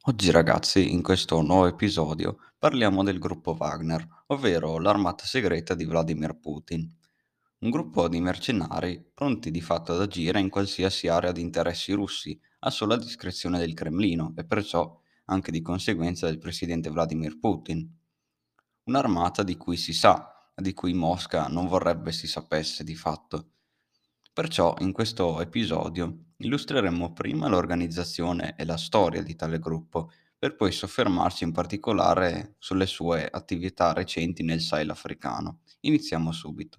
Oggi ragazzi, in questo nuovo episodio, parliamo del gruppo Wagner, ovvero l'armata segreta di Vladimir Putin. Un gruppo di mercenari pronti di fatto ad agire in qualsiasi area di interessi russi, a sola discrezione del Cremlino e perciò anche di conseguenza del presidente Vladimir Putin. Un'armata di cui si sa, di cui Mosca non vorrebbe si sapesse di fatto. Perciò in questo episodio illustreremo prima l'organizzazione e la storia di tale gruppo, per poi soffermarci in particolare sulle sue attività recenti nel Sahel africano. Iniziamo subito.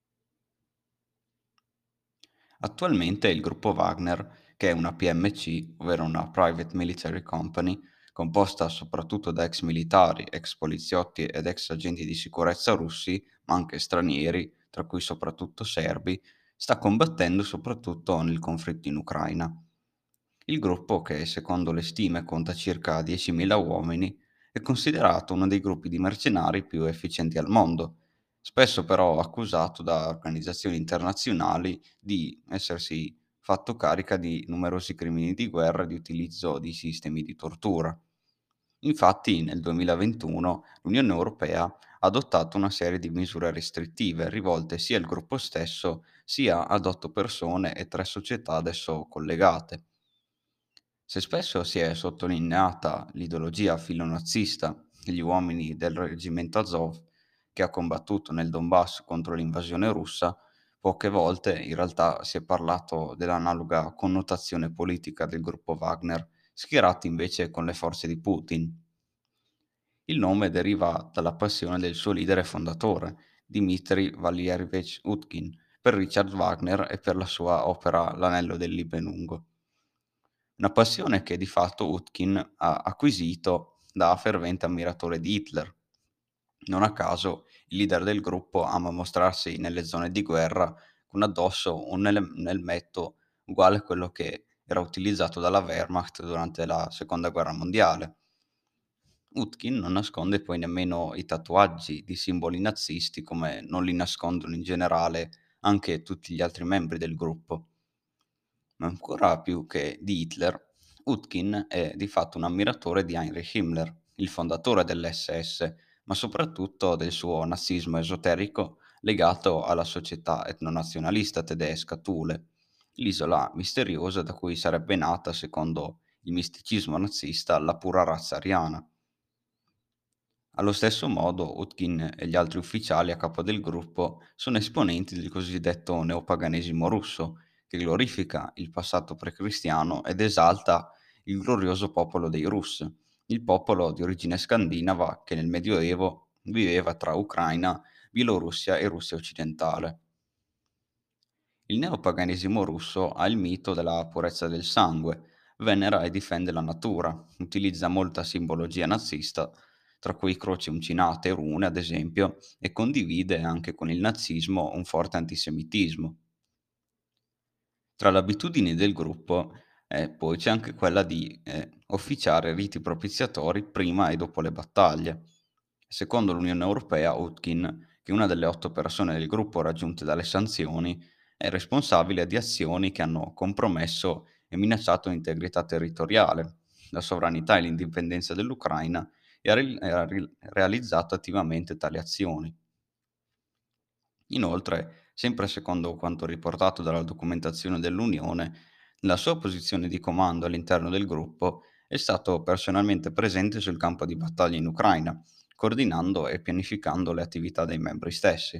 Attualmente il gruppo Wagner, che è una PMC, ovvero una Private Military Company, composta soprattutto da ex militari, ex poliziotti ed ex agenti di sicurezza russi, ma anche stranieri, tra cui soprattutto serbi, sta combattendo soprattutto nel conflitto in Ucraina. Il gruppo, che secondo le stime conta circa 10.000 uomini, è considerato uno dei gruppi di mercenari più efficienti al mondo, spesso però accusato da organizzazioni internazionali di essersi fatto carica di numerosi crimini di guerra e di utilizzo di sistemi di tortura. Infatti nel 2021 l'Unione Europea ha adottato una serie di misure restrittive rivolte sia al gruppo stesso sia ad 8 persone e 3 società ad esso collegate. Se spesso si è sottolineata l'ideologia filonazista degli uomini del reggimento Azov, che ha combattuto nel Donbass contro l'invasione russa, poche volte in realtà si è parlato dell'analoga connotazione politica del gruppo Wagner, schierati invece con le forze di Putin. Il nome deriva dalla passione del suo leader e fondatore, Dmitry Valerievich Utkin, per Richard Wagner e per la sua opera L'anello del Nibelungo. Una passione che di fatto Utkin ha acquisito da fervente ammiratore di Hitler. Non a caso il leader del gruppo ama mostrarsi nelle zone di guerra con addosso un elmetto uguale a quello che era utilizzato dalla Wehrmacht durante la seconda guerra mondiale. Utkin non nasconde poi nemmeno i tatuaggi di simboli nazisti, come non li nascondono in generale anche tutti gli altri membri del gruppo. Ma ancora più che di Hitler, Utkin è di fatto un ammiratore di Heinrich Himmler, il fondatore dell'SS, ma soprattutto del suo nazismo esoterico legato alla società etnonazionalista tedesca Thule, l'isola misteriosa da cui sarebbe nata, secondo il misticismo nazista, la pura razza ariana. Allo stesso modo, Utkin e gli altri ufficiali a capo del gruppo sono esponenti del cosiddetto neopaganesimo russo, che glorifica il passato precristiano ed esalta il glorioso popolo dei Rus, il popolo di origine scandinava che nel Medioevo viveva tra Ucraina, Bielorussia e Russia occidentale. Il neopaganesimo russo ha il mito della purezza del sangue, venera e difende la natura, utilizza molta simbologia nazista, tra cui croci uncinate e rune, ad esempio, e condivide anche con il nazismo un forte antisemitismo. Tra le abitudini del gruppo, poi c'è anche quella di officiare riti propiziatori prima e dopo le battaglie. Secondo l'Unione Europea, Utkin, che è una delle 8 persone del gruppo raggiunte dalle sanzioni, è responsabile di azioni che hanno compromesso e minacciato l'integrità territoriale, la sovranità e l'indipendenza dell'Ucraina e ha realizzato attivamente tali azioni. Inoltre, sempre secondo quanto riportato dalla documentazione dell'Unione, nella sua posizione di comando all'interno del gruppo è stato personalmente presente sul campo di battaglia in Ucraina, coordinando e pianificando le attività dei membri stessi.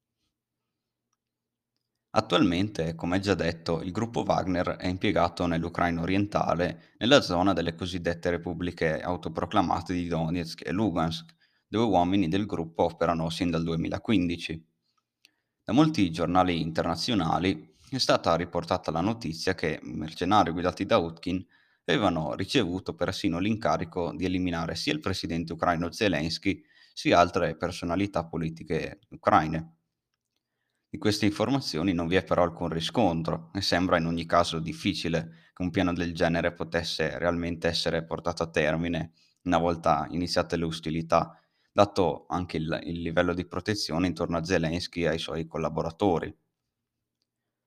Attualmente, come già detto, il gruppo Wagner è impiegato nell'Ucraina orientale, nella zona delle cosiddette repubbliche autoproclamate di Donetsk e Lugansk, dove uomini del gruppo operano sin dal 2015. Da molti giornali internazionali è stata riportata la notizia che mercenari guidati da Utkin avevano ricevuto persino l'incarico di eliminare sia il presidente ucraino Zelensky sia altre personalità politiche ucraine. Di queste informazioni non vi è però alcun riscontro e sembra in ogni caso difficile che un piano del genere potesse realmente essere portato a termine una volta iniziate le ostilità, dato anche il livello di protezione intorno a Zelensky e ai suoi collaboratori.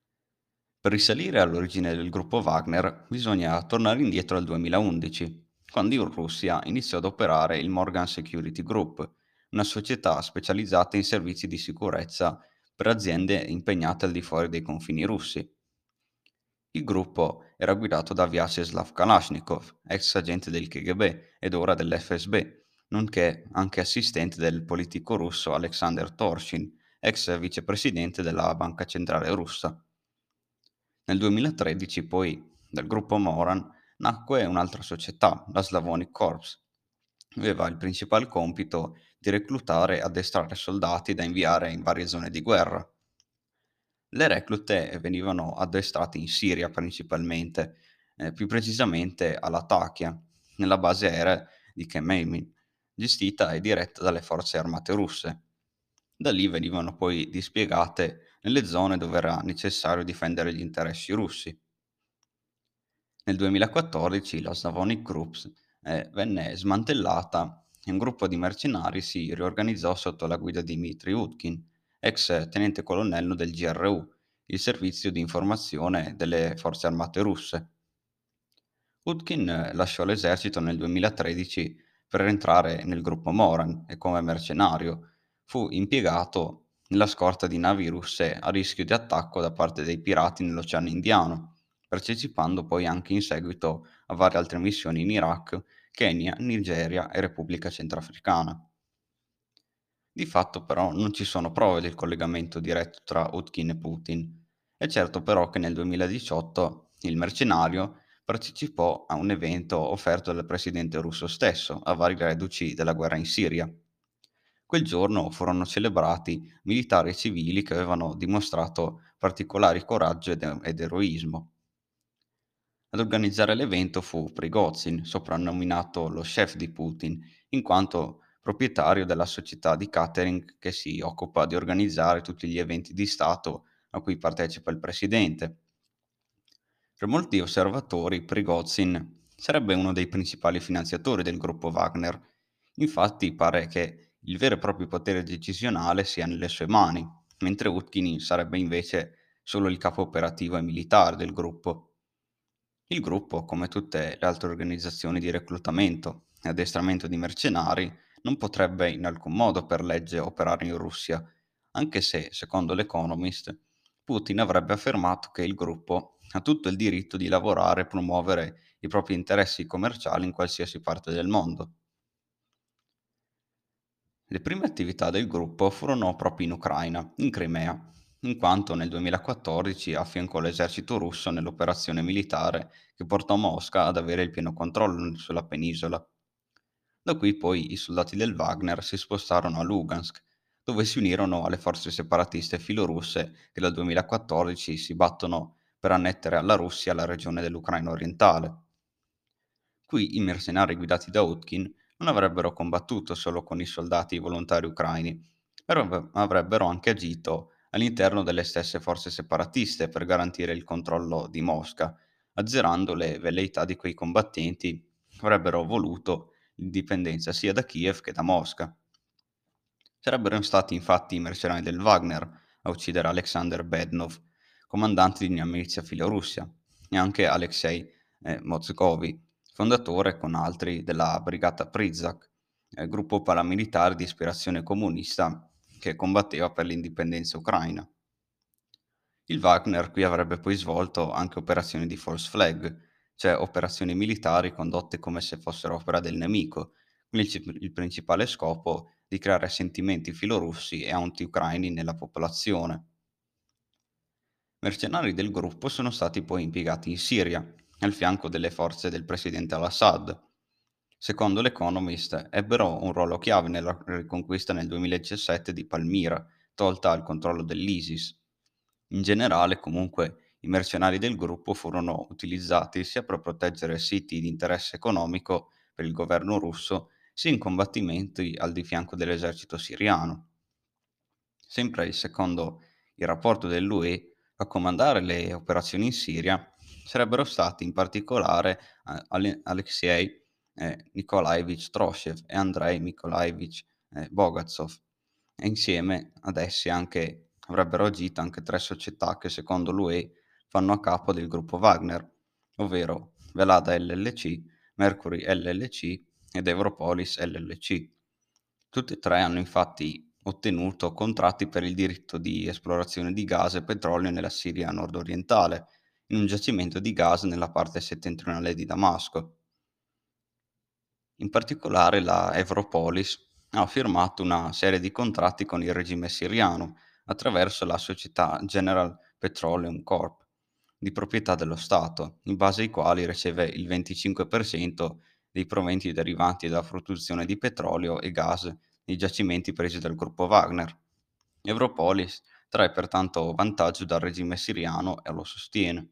Per risalire all'origine del gruppo Wagner bisogna tornare indietro al 2011, quando in Russia iniziò ad operare il Morgan Security Group, una società specializzata in servizi di sicurezza per aziende impegnate al di fuori dei confini russi. Il gruppo era guidato da Vyacheslav Kalashnikov, ex agente del KGB ed ora dell'FSB, nonché anche assistente del politico russo Alexander Torshin, ex vicepresidente della Banca Centrale Russa. Nel 2013 poi dal gruppo Moran nacque un'altra società, la Slavonic Corps. Aveva il principale compito di reclutare e addestrare soldati da inviare in varie zone di guerra. Le reclute venivano addestrate in Siria principalmente, più precisamente a Latakia, nella base aerea di Khmeimim, gestita e diretta dalle forze armate russe. Da lì venivano poi dispiegate nelle zone dove era necessario difendere gli interessi russi. Nel 2014 la Slavonic Groups venne smantellata e un gruppo di mercenari si riorganizzò sotto la guida di Dmitry Utkin, ex tenente colonnello del GRU, il servizio di informazione delle forze armate russe. Utkin lasciò l'esercito nel 2013 per entrare nel gruppo Moran e come mercenario fu impiegato nella scorta di navi russe a rischio di attacco da parte dei pirati nell'Oceano Indiano, partecipando poi anche in seguito a varie altre missioni in Iraq, Kenya, Nigeria e Repubblica Centrafricana. Di fatto però non ci sono prove del collegamento diretto tra Utkin e Putin. È certo però che nel 2018 il mercenario partecipò a un evento offerto dal presidente russo stesso a vari reduci della guerra in Siria. Quel giorno furono celebrati militari e civili che avevano dimostrato particolare coraggio ed eroismo. Ad organizzare l'evento fu Prigozhin, soprannominato lo chef di Putin, in quanto proprietario della società di catering che si occupa di organizzare tutti gli eventi di Stato a cui partecipa il presidente. Per molti osservatori, Prigozhin sarebbe uno dei principali finanziatori del gruppo Wagner. Infatti pare che il vero e proprio potere decisionale sia nelle sue mani, mentre Utkin sarebbe invece solo il capo operativo e militare del gruppo. Il gruppo, come tutte le altre organizzazioni di reclutamento e addestramento di mercenari, non potrebbe in alcun modo per legge operare in Russia, anche se, secondo l'Economist, Putin avrebbe affermato che il gruppo ha tutto il diritto di lavorare e promuovere i propri interessi commerciali in qualsiasi parte del mondo. Le prime attività del gruppo furono proprio in Ucraina, in Crimea, in quanto nel 2014 affiancò l'esercito russo nell'operazione militare che portò Mosca ad avere il pieno controllo sulla penisola. Da qui poi i soldati del Wagner si spostarono a Lugansk, dove si unirono alle forze separatiste filorusse che dal 2014 si battono per annettere alla Russia la regione dell'Ucraina orientale. Qui i mercenari guidati da Utkin non avrebbero combattuto solo con i soldati volontari ucraini, ma avrebbero anche agito all'interno delle stesse forze separatiste per garantire il controllo di Mosca, azzerando le velleità di quei combattenti che avrebbero voluto l'indipendenza sia da Kiev che da Mosca. Sarebbero stati infatti i mercenari del Wagner a uccidere Alexander Bednov, comandante di una milizia filorussia, e anche Alexei Mozgovy, fondatore con altri della Brigata Prizak, gruppo paramilitare di ispirazione comunista che combatteva per l'indipendenza ucraina. Il Wagner qui avrebbe poi svolto anche operazioni di false flag, cioè operazioni militari condotte come se fossero opera del nemico, con il principale scopo di creare sentimenti filorussi e anti-ucraini nella popolazione. Mercenari del gruppo sono stati poi impiegati in Siria, al fianco delle forze del presidente al-Assad. Secondo l'Economist, ebbero un ruolo chiave nella riconquista nel 2017 di Palmira, tolta al controllo dell'ISIS. In generale, comunque, i mercenari del gruppo furono utilizzati sia per proteggere siti di interesse economico per il governo russo, sia in combattimenti al di fianco dell'esercito siriano. Sempre secondo il rapporto dell'UE, a comandare le operazioni in Siria sarebbero stati in particolare Alexei Nikolaevich Troshev e Andrei Nikolaevich Bogatsov, e insieme ad essi avrebbero agito anche tre società che secondo l'UE fanno a capo del gruppo Wagner, ovvero Velada LLC, Mercury LLC ed Europolis LLC. Tutte e tre hanno infatti ottenuto contratti per il diritto di esplorazione di gas e petrolio nella Siria nord-orientale, in un giacimento di gas nella parte settentrionale di Damasco. In particolare la Evropolis ha firmato una serie di contratti con il regime siriano attraverso la società General Petroleum Corp, di proprietà dello Stato, in base ai quali riceve il 25% dei proventi derivanti dalla produzione di petrolio e gas nei giacimenti presi dal gruppo Wagner. Evropolis trae pertanto vantaggio dal regime siriano e lo sostiene.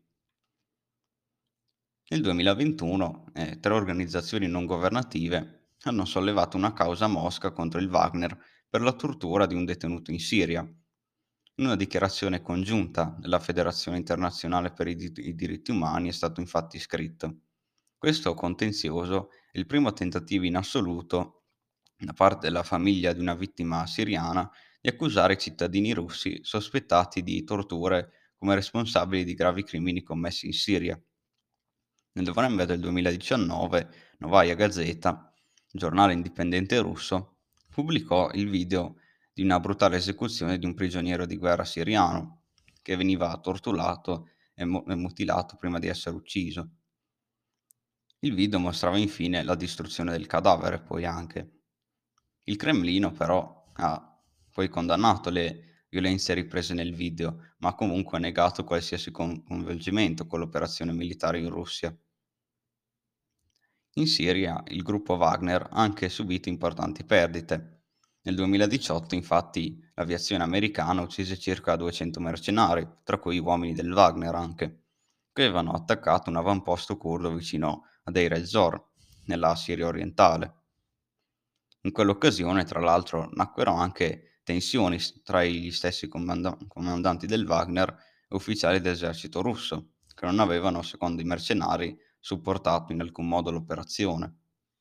Nel 2021, tre organizzazioni non governative hanno sollevato una causa a Mosca contro il Wagner per la tortura di un detenuto in Siria. In una dichiarazione congiunta della Federazione internazionale per i diritti umani è stato infatti scritto: questo contenzioso è il primo tentativo in assoluto da parte della famiglia di una vittima siriana di accusare i cittadini russi sospettati di torture come responsabili di gravi crimini commessi in Siria. Nel novembre del 2019 Novaya Gazeta, giornale indipendente russo, pubblicò il video di una brutale esecuzione di un prigioniero di guerra siriano che veniva torturato e mutilato prima di essere ucciso. Il video mostrava infine la distruzione del cadavere, poi anche. Il Cremlino però ha poi condannato le violenze riprese nel video, ma ha comunque negato qualsiasi coinvolgimento con l'operazione militare in Russia. In Siria il gruppo Wagner ha anche subito importanti perdite. Nel 2018, infatti, l'aviazione americana uccise circa 200 mercenari, tra cui uomini del Wagner anche, che avevano attaccato un avamposto curdo vicino a Deir ez-Zor, nella Siria orientale. In quell'occasione, tra l'altro, nacquero anche tensioni tra gli stessi comandanti del Wagner e ufficiali dell'esercito russo, che non avevano, secondo i mercenari, supportato in alcun modo l'operazione.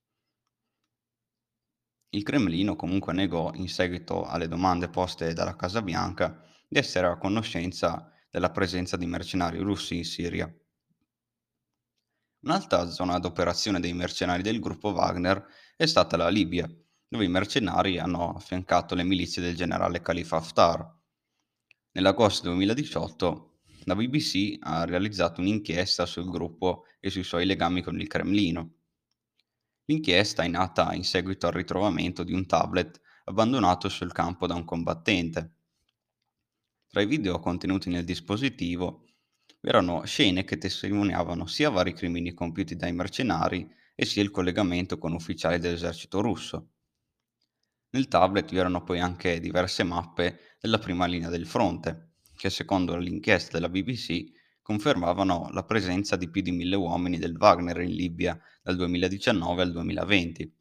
Il Cremlino comunque negò, in seguito alle domande poste dalla Casa Bianca, di essere a conoscenza della presenza di mercenari russi in Siria. Un'altra zona d'operazione dei mercenari del gruppo Wagner è stata la Libia, dove i mercenari hanno affiancato le milizie del generale Khalifa Haftar. Nell'agosto 2018 la BBC ha realizzato un'inchiesta sul gruppo e sui suoi legami con il Cremlino. L'inchiesta è nata in seguito al ritrovamento di un tablet abbandonato sul campo da un combattente. Tra i video contenuti nel dispositivo vi erano scene che testimoniavano sia vari crimini compiuti dai mercenari e sia il collegamento con ufficiali dell'esercito russo. Nel tablet vi erano poi anche diverse mappe della prima linea del fronte, che secondo l'inchiesta della BBC confermavano la presenza di più di 1000 uomini del Wagner in Libia dal 2019 al 2020.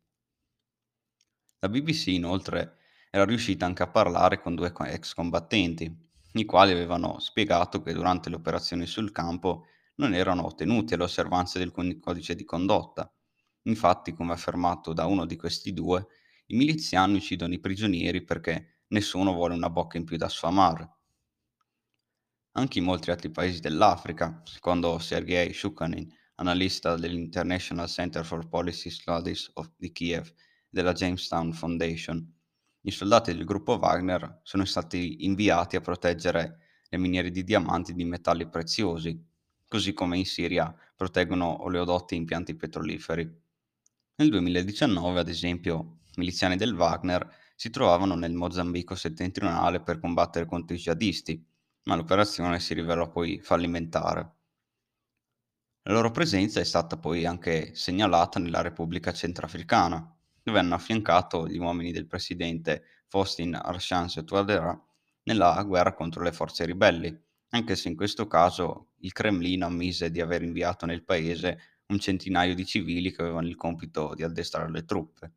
La BBC inoltre era riuscita anche a parlare con due ex combattenti, i quali avevano spiegato che durante le operazioni sul campo non erano tenuti alle osservanze del codice di condotta. Infatti, come affermato da uno di questi due, i miliziani uccidono i prigionieri perché nessuno vuole una bocca in più da sfamare. Anche in molti altri paesi dell'Africa, secondo Sergei Shukanin, analista dell'International Center for Policy Studies di Kiev e della Jamestown Foundation, i soldati del gruppo Wagner sono stati inviati a proteggere le miniere di diamanti e di metalli preziosi, così come in Siria proteggono oleodotti e impianti petroliferi. Nel 2019, ad esempio, miliziani del Wagner si trovavano nel Mozambico settentrionale per combattere contro i jihadisti, ma l'operazione si rivelò poi fallimentare. La loro presenza è stata poi anche segnalata nella Repubblica Centrafricana, dove hanno affiancato gli uomini del presidente Faustin Archange Touadéra nella guerra contro le forze ribelli, anche se in questo caso il Cremlino ammise di aver inviato nel paese un centinaio di civili che avevano il compito di addestrare le truppe.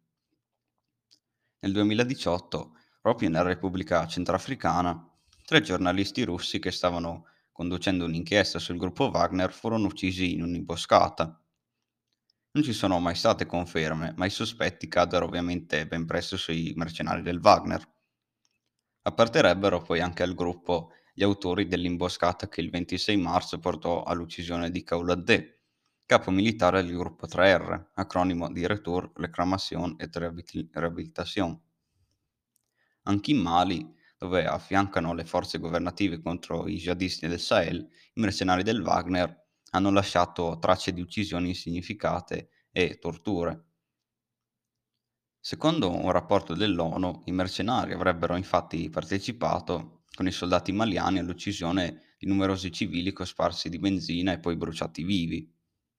Nel 2018, proprio nella Repubblica Centrafricana, tre giornalisti russi che stavano conducendo un'inchiesta sul gruppo Wagner furono uccisi in un'imboscata. Non ci sono mai state conferme, ma i sospetti caddero ovviamente ben presto sui mercenari del Wagner. Apparterebbero poi anche al gruppo gli autori dell'imboscata che il 26 marzo portò all'uccisione di Kauladeh, capo militare del gruppo 3R, acronimo di Retour, Réclamation et Réhabilitation. Anche in Mali, dove affiancano le forze governative contro i jihadisti del Sahel, i mercenari del Wagner hanno lasciato tracce di uccisioni insignificate e torture. Secondo un rapporto dell'ONU, i mercenari avrebbero infatti partecipato con i soldati maliani all'uccisione di numerosi civili cosparsi di benzina e poi bruciati vivi.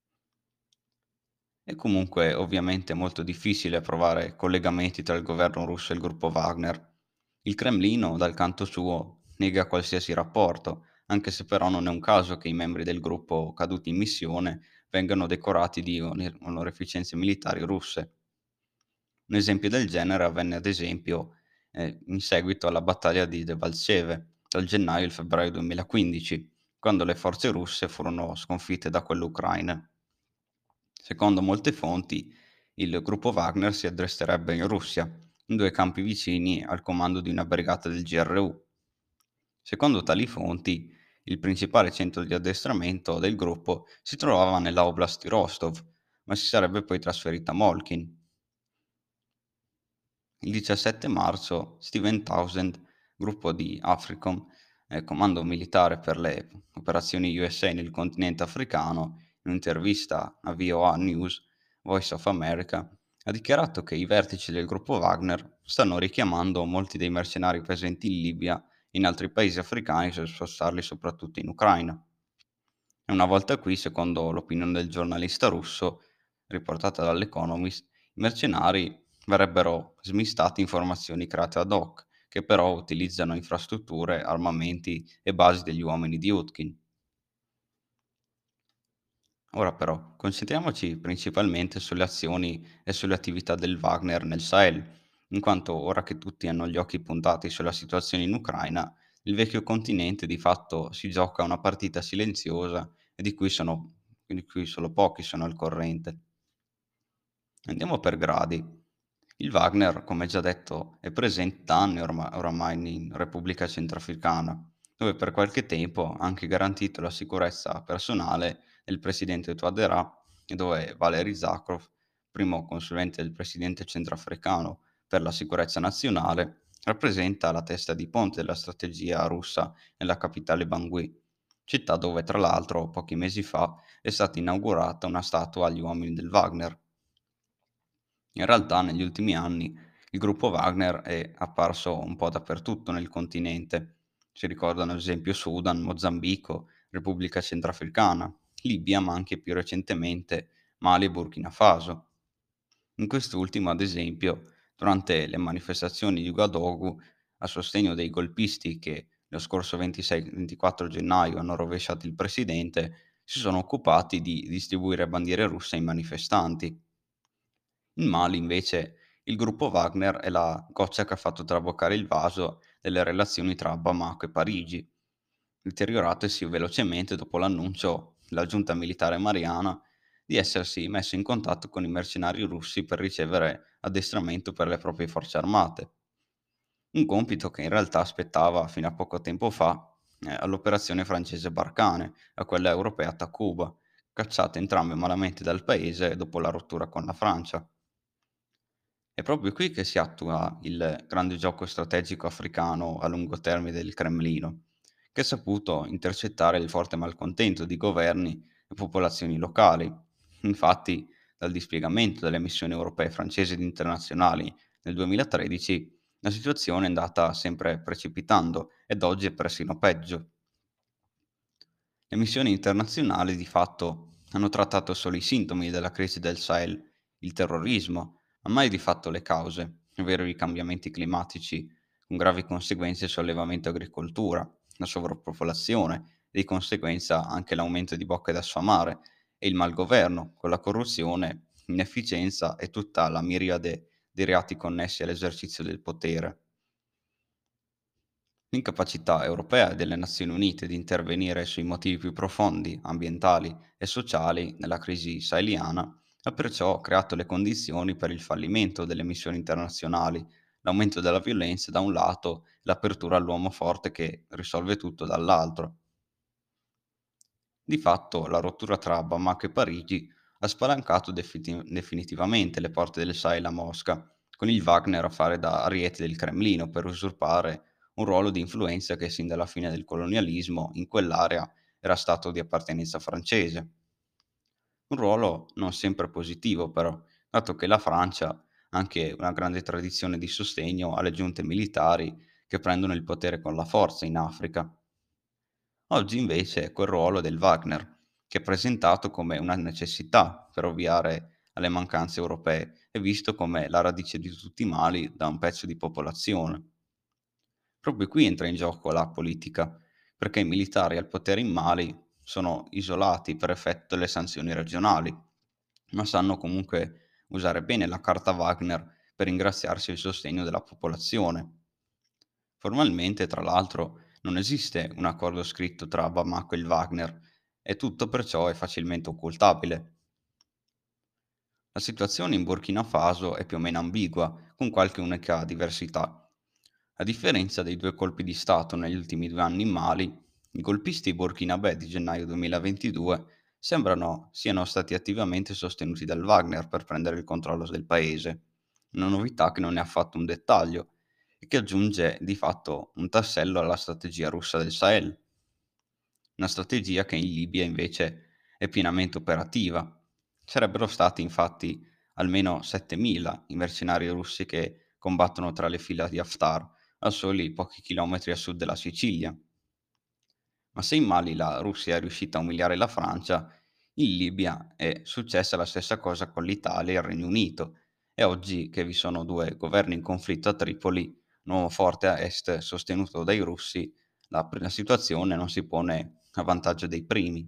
È comunque ovviamente molto difficile provare collegamenti tra il governo russo e il gruppo Wagner. Il Cremlino, dal canto suo, nega qualsiasi rapporto, anche se però non è un caso che i membri del gruppo caduti in missione vengano decorati di onorificenze militari russe. Un esempio del genere avvenne ad esempio in seguito alla battaglia di Debaltseve, dal gennaio al febbraio 2015, quando le forze russe furono sconfitte da quelle ucraine. Secondo molte fonti, il gruppo Wagner si addresserebbe in Russia, in due campi vicini al comando di una brigata del GRU. Secondo tali fonti, il principale centro di addestramento del gruppo si trovava nella oblast di Rostov, ma si sarebbe poi trasferito a Molkin. Il 17 marzo Steven Townsend, gruppo di AFRICOM, comando militare per le operazioni USA nel continente africano, in un'intervista a VOA News, Voice of America, ha dichiarato che i vertici del gruppo Wagner stanno richiamando molti dei mercenari presenti in Libia e in altri paesi africani per spostarli soprattutto in Ucraina. E una volta qui, secondo l'opinione del giornalista russo, riportata dall'Economist, i mercenari verrebbero smistati in formazioni create ad hoc, che però utilizzano infrastrutture, armamenti e basi degli uomini di Hutkin. Ora però, concentriamoci principalmente sulle azioni e sulle attività del Wagner nel Sahel, in quanto ora che tutti hanno gli occhi puntati sulla situazione in Ucraina, il vecchio continente di fatto si gioca una partita silenziosa e di cui solo pochi sono al corrente. Andiamo per gradi. Il Wagner, come già detto, è presente da anni oramai in Repubblica Centrafricana, dove per qualche tempo ha anche garantito la sicurezza personale del presidente Touadéra e dove Valery Zakharov, primo consulente del presidente centrafricano per la sicurezza nazionale, rappresenta la testa di ponte della strategia russa nella capitale Bangui, città dove tra l'altro pochi mesi fa è stata inaugurata una statua agli uomini del Wagner. In realtà negli ultimi anni il gruppo Wagner è apparso un po' dappertutto nel continente. Si ricordano ad esempio Sudan, Mozambico, Repubblica Centrafricana, Libia, ma anche più recentemente Mali e Burkina Faso. In quest'ultimo, ad esempio, durante le manifestazioni di Ouagadougou a sostegno dei golpisti che lo scorso 26-24 gennaio hanno rovesciato il presidente, si sono occupati di distribuire bandiere russe ai manifestanti. In Mali, invece, il gruppo Wagner è la goccia che ha fatto traboccare il vaso delle relazioni tra Bamako e Parigi, deterioratesi velocemente dopo l'annuncio della giunta militare mariana di essersi messo in contatto con i mercenari russi per ricevere addestramento per le proprie forze armate, un compito che in realtà aspettava fino a poco tempo fa all'operazione francese Barkhane, a quella europea Takuba, cacciate entrambe malamente dal paese dopo la rottura con la Francia. È proprio qui che si attua il grande gioco strategico africano a lungo termine del Cremlino, che ha saputo intercettare il forte malcontento di governi e popolazioni locali. Infatti, dal dispiegamento delle missioni europee, francesi ed internazionali nel 2013, la situazione è andata sempre precipitando ed oggi è persino peggio. Le missioni internazionali di fatto hanno trattato solo i sintomi della crisi del Sahel, il terrorismo, ma mai di fatto le cause, ovvero i cambiamenti climatici, con gravi conseguenze sull'allevamento e agricoltura, la sovrappopolazione e di conseguenza anche l'aumento di bocche da sfamare e il malgoverno, con la corruzione, l'inefficienza e tutta la miriade di reati connessi all'esercizio del potere. L'incapacità europea e delle Nazioni Unite di intervenire sui motivi più profondi, ambientali e sociali nella crisi saheliana ha perciò creato le condizioni per il fallimento delle missioni internazionali, l'aumento della violenza da un lato e l'apertura all'uomo forte che risolve tutto dall'altro. Di fatto, la rottura tra Bamako e Parigi ha spalancato definitivamente le porte del Sahel a Mosca, con il Wagner a fare da ariete del Cremlino per usurpare un ruolo di influenza che sin dalla fine del colonialismo in quell'area era stato di appartenenza francese. Un ruolo non sempre positivo però, dato che la Francia ha anche una grande tradizione di sostegno alle giunte militari che prendono il potere con la forza in Africa. Oggi invece è quel ruolo del Wagner, che è presentato come una necessità per ovviare alle mancanze europee e visto come la radice di tutti i mali da un pezzo di popolazione. Proprio qui entra in gioco la politica, perché i militari al potere in Mali sono isolati per effetto delle sanzioni regionali, ma sanno comunque usare bene la carta Wagner per ringraziarsi il sostegno della popolazione. Formalmente, tra l'altro, non esiste un accordo scritto tra Bamako e il Wagner e tutto perciò è facilmente occultabile. La situazione in Burkina Faso è più o meno ambigua, con qualche unica diversità. A differenza dei due colpi di Stato negli ultimi 2 anni in Mali, i golpisti burkinabè di gennaio 2022 sembrano siano stati attivamente sostenuti dal Wagner per prendere il controllo del paese, una novità che non è affatto un dettaglio e che aggiunge di fatto un tassello alla strategia russa del Sahel, una strategia che in Libia invece è pienamente operativa. Sarebbero stati infatti almeno 7.000 i mercenari russi che combattono tra le fila di Haftar, a soli pochi chilometri a sud della Sicilia. Ma se in Mali la Russia è riuscita a umiliare la Francia, in Libia è successa la stessa cosa con l'Italia e il Regno Unito. E oggi che vi sono due governi in conflitto a Tripoli, un uomo forte a est sostenuto dai russi, la situazione non si pone a vantaggio dei primi.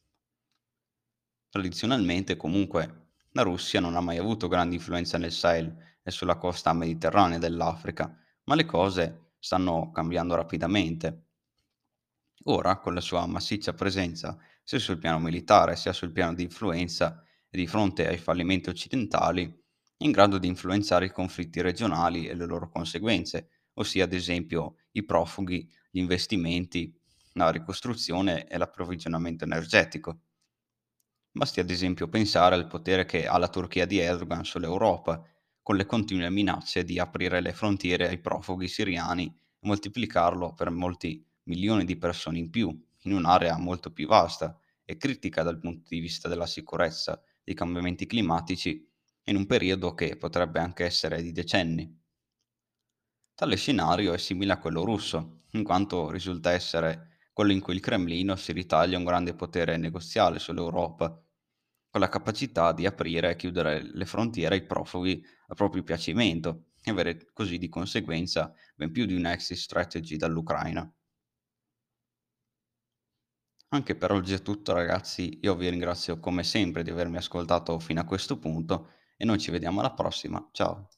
Tradizionalmente, comunque, la Russia non ha mai avuto grande influenza nel Sahel e sulla costa mediterranea dell'Africa, ma le cose stanno cambiando rapidamente. Ora, con la sua massiccia presenza sia sul piano militare sia sul piano di influenza e di fronte ai fallimenti occidentali, è in grado di influenzare i conflitti regionali e le loro conseguenze, ossia ad esempio i profughi, gli investimenti, la ricostruzione e l'approvvigionamento energetico. Basti ad esempio pensare al potere che ha la Turchia di Erdogan sull'Europa, con le continue minacce di aprire le frontiere ai profughi siriani e moltiplicarlo per molti milioni di persone in più, in un'area molto più vasta e critica dal punto di vista della sicurezza, dei cambiamenti climatici, in un periodo che potrebbe anche essere di decenni. Tale scenario è simile a quello russo, in quanto risulta essere quello in cui il Cremlino si ritaglia un grande potere negoziale sull'Europa, con la capacità di aprire e chiudere le frontiere ai profughi a proprio piacimento e avere così di conseguenza ben più di una exit strategy dall'Ucraina. Anche per oggi è tutto ragazzi, io vi ringrazio come sempre di avermi ascoltato fino a questo punto e noi ci vediamo alla prossima, ciao!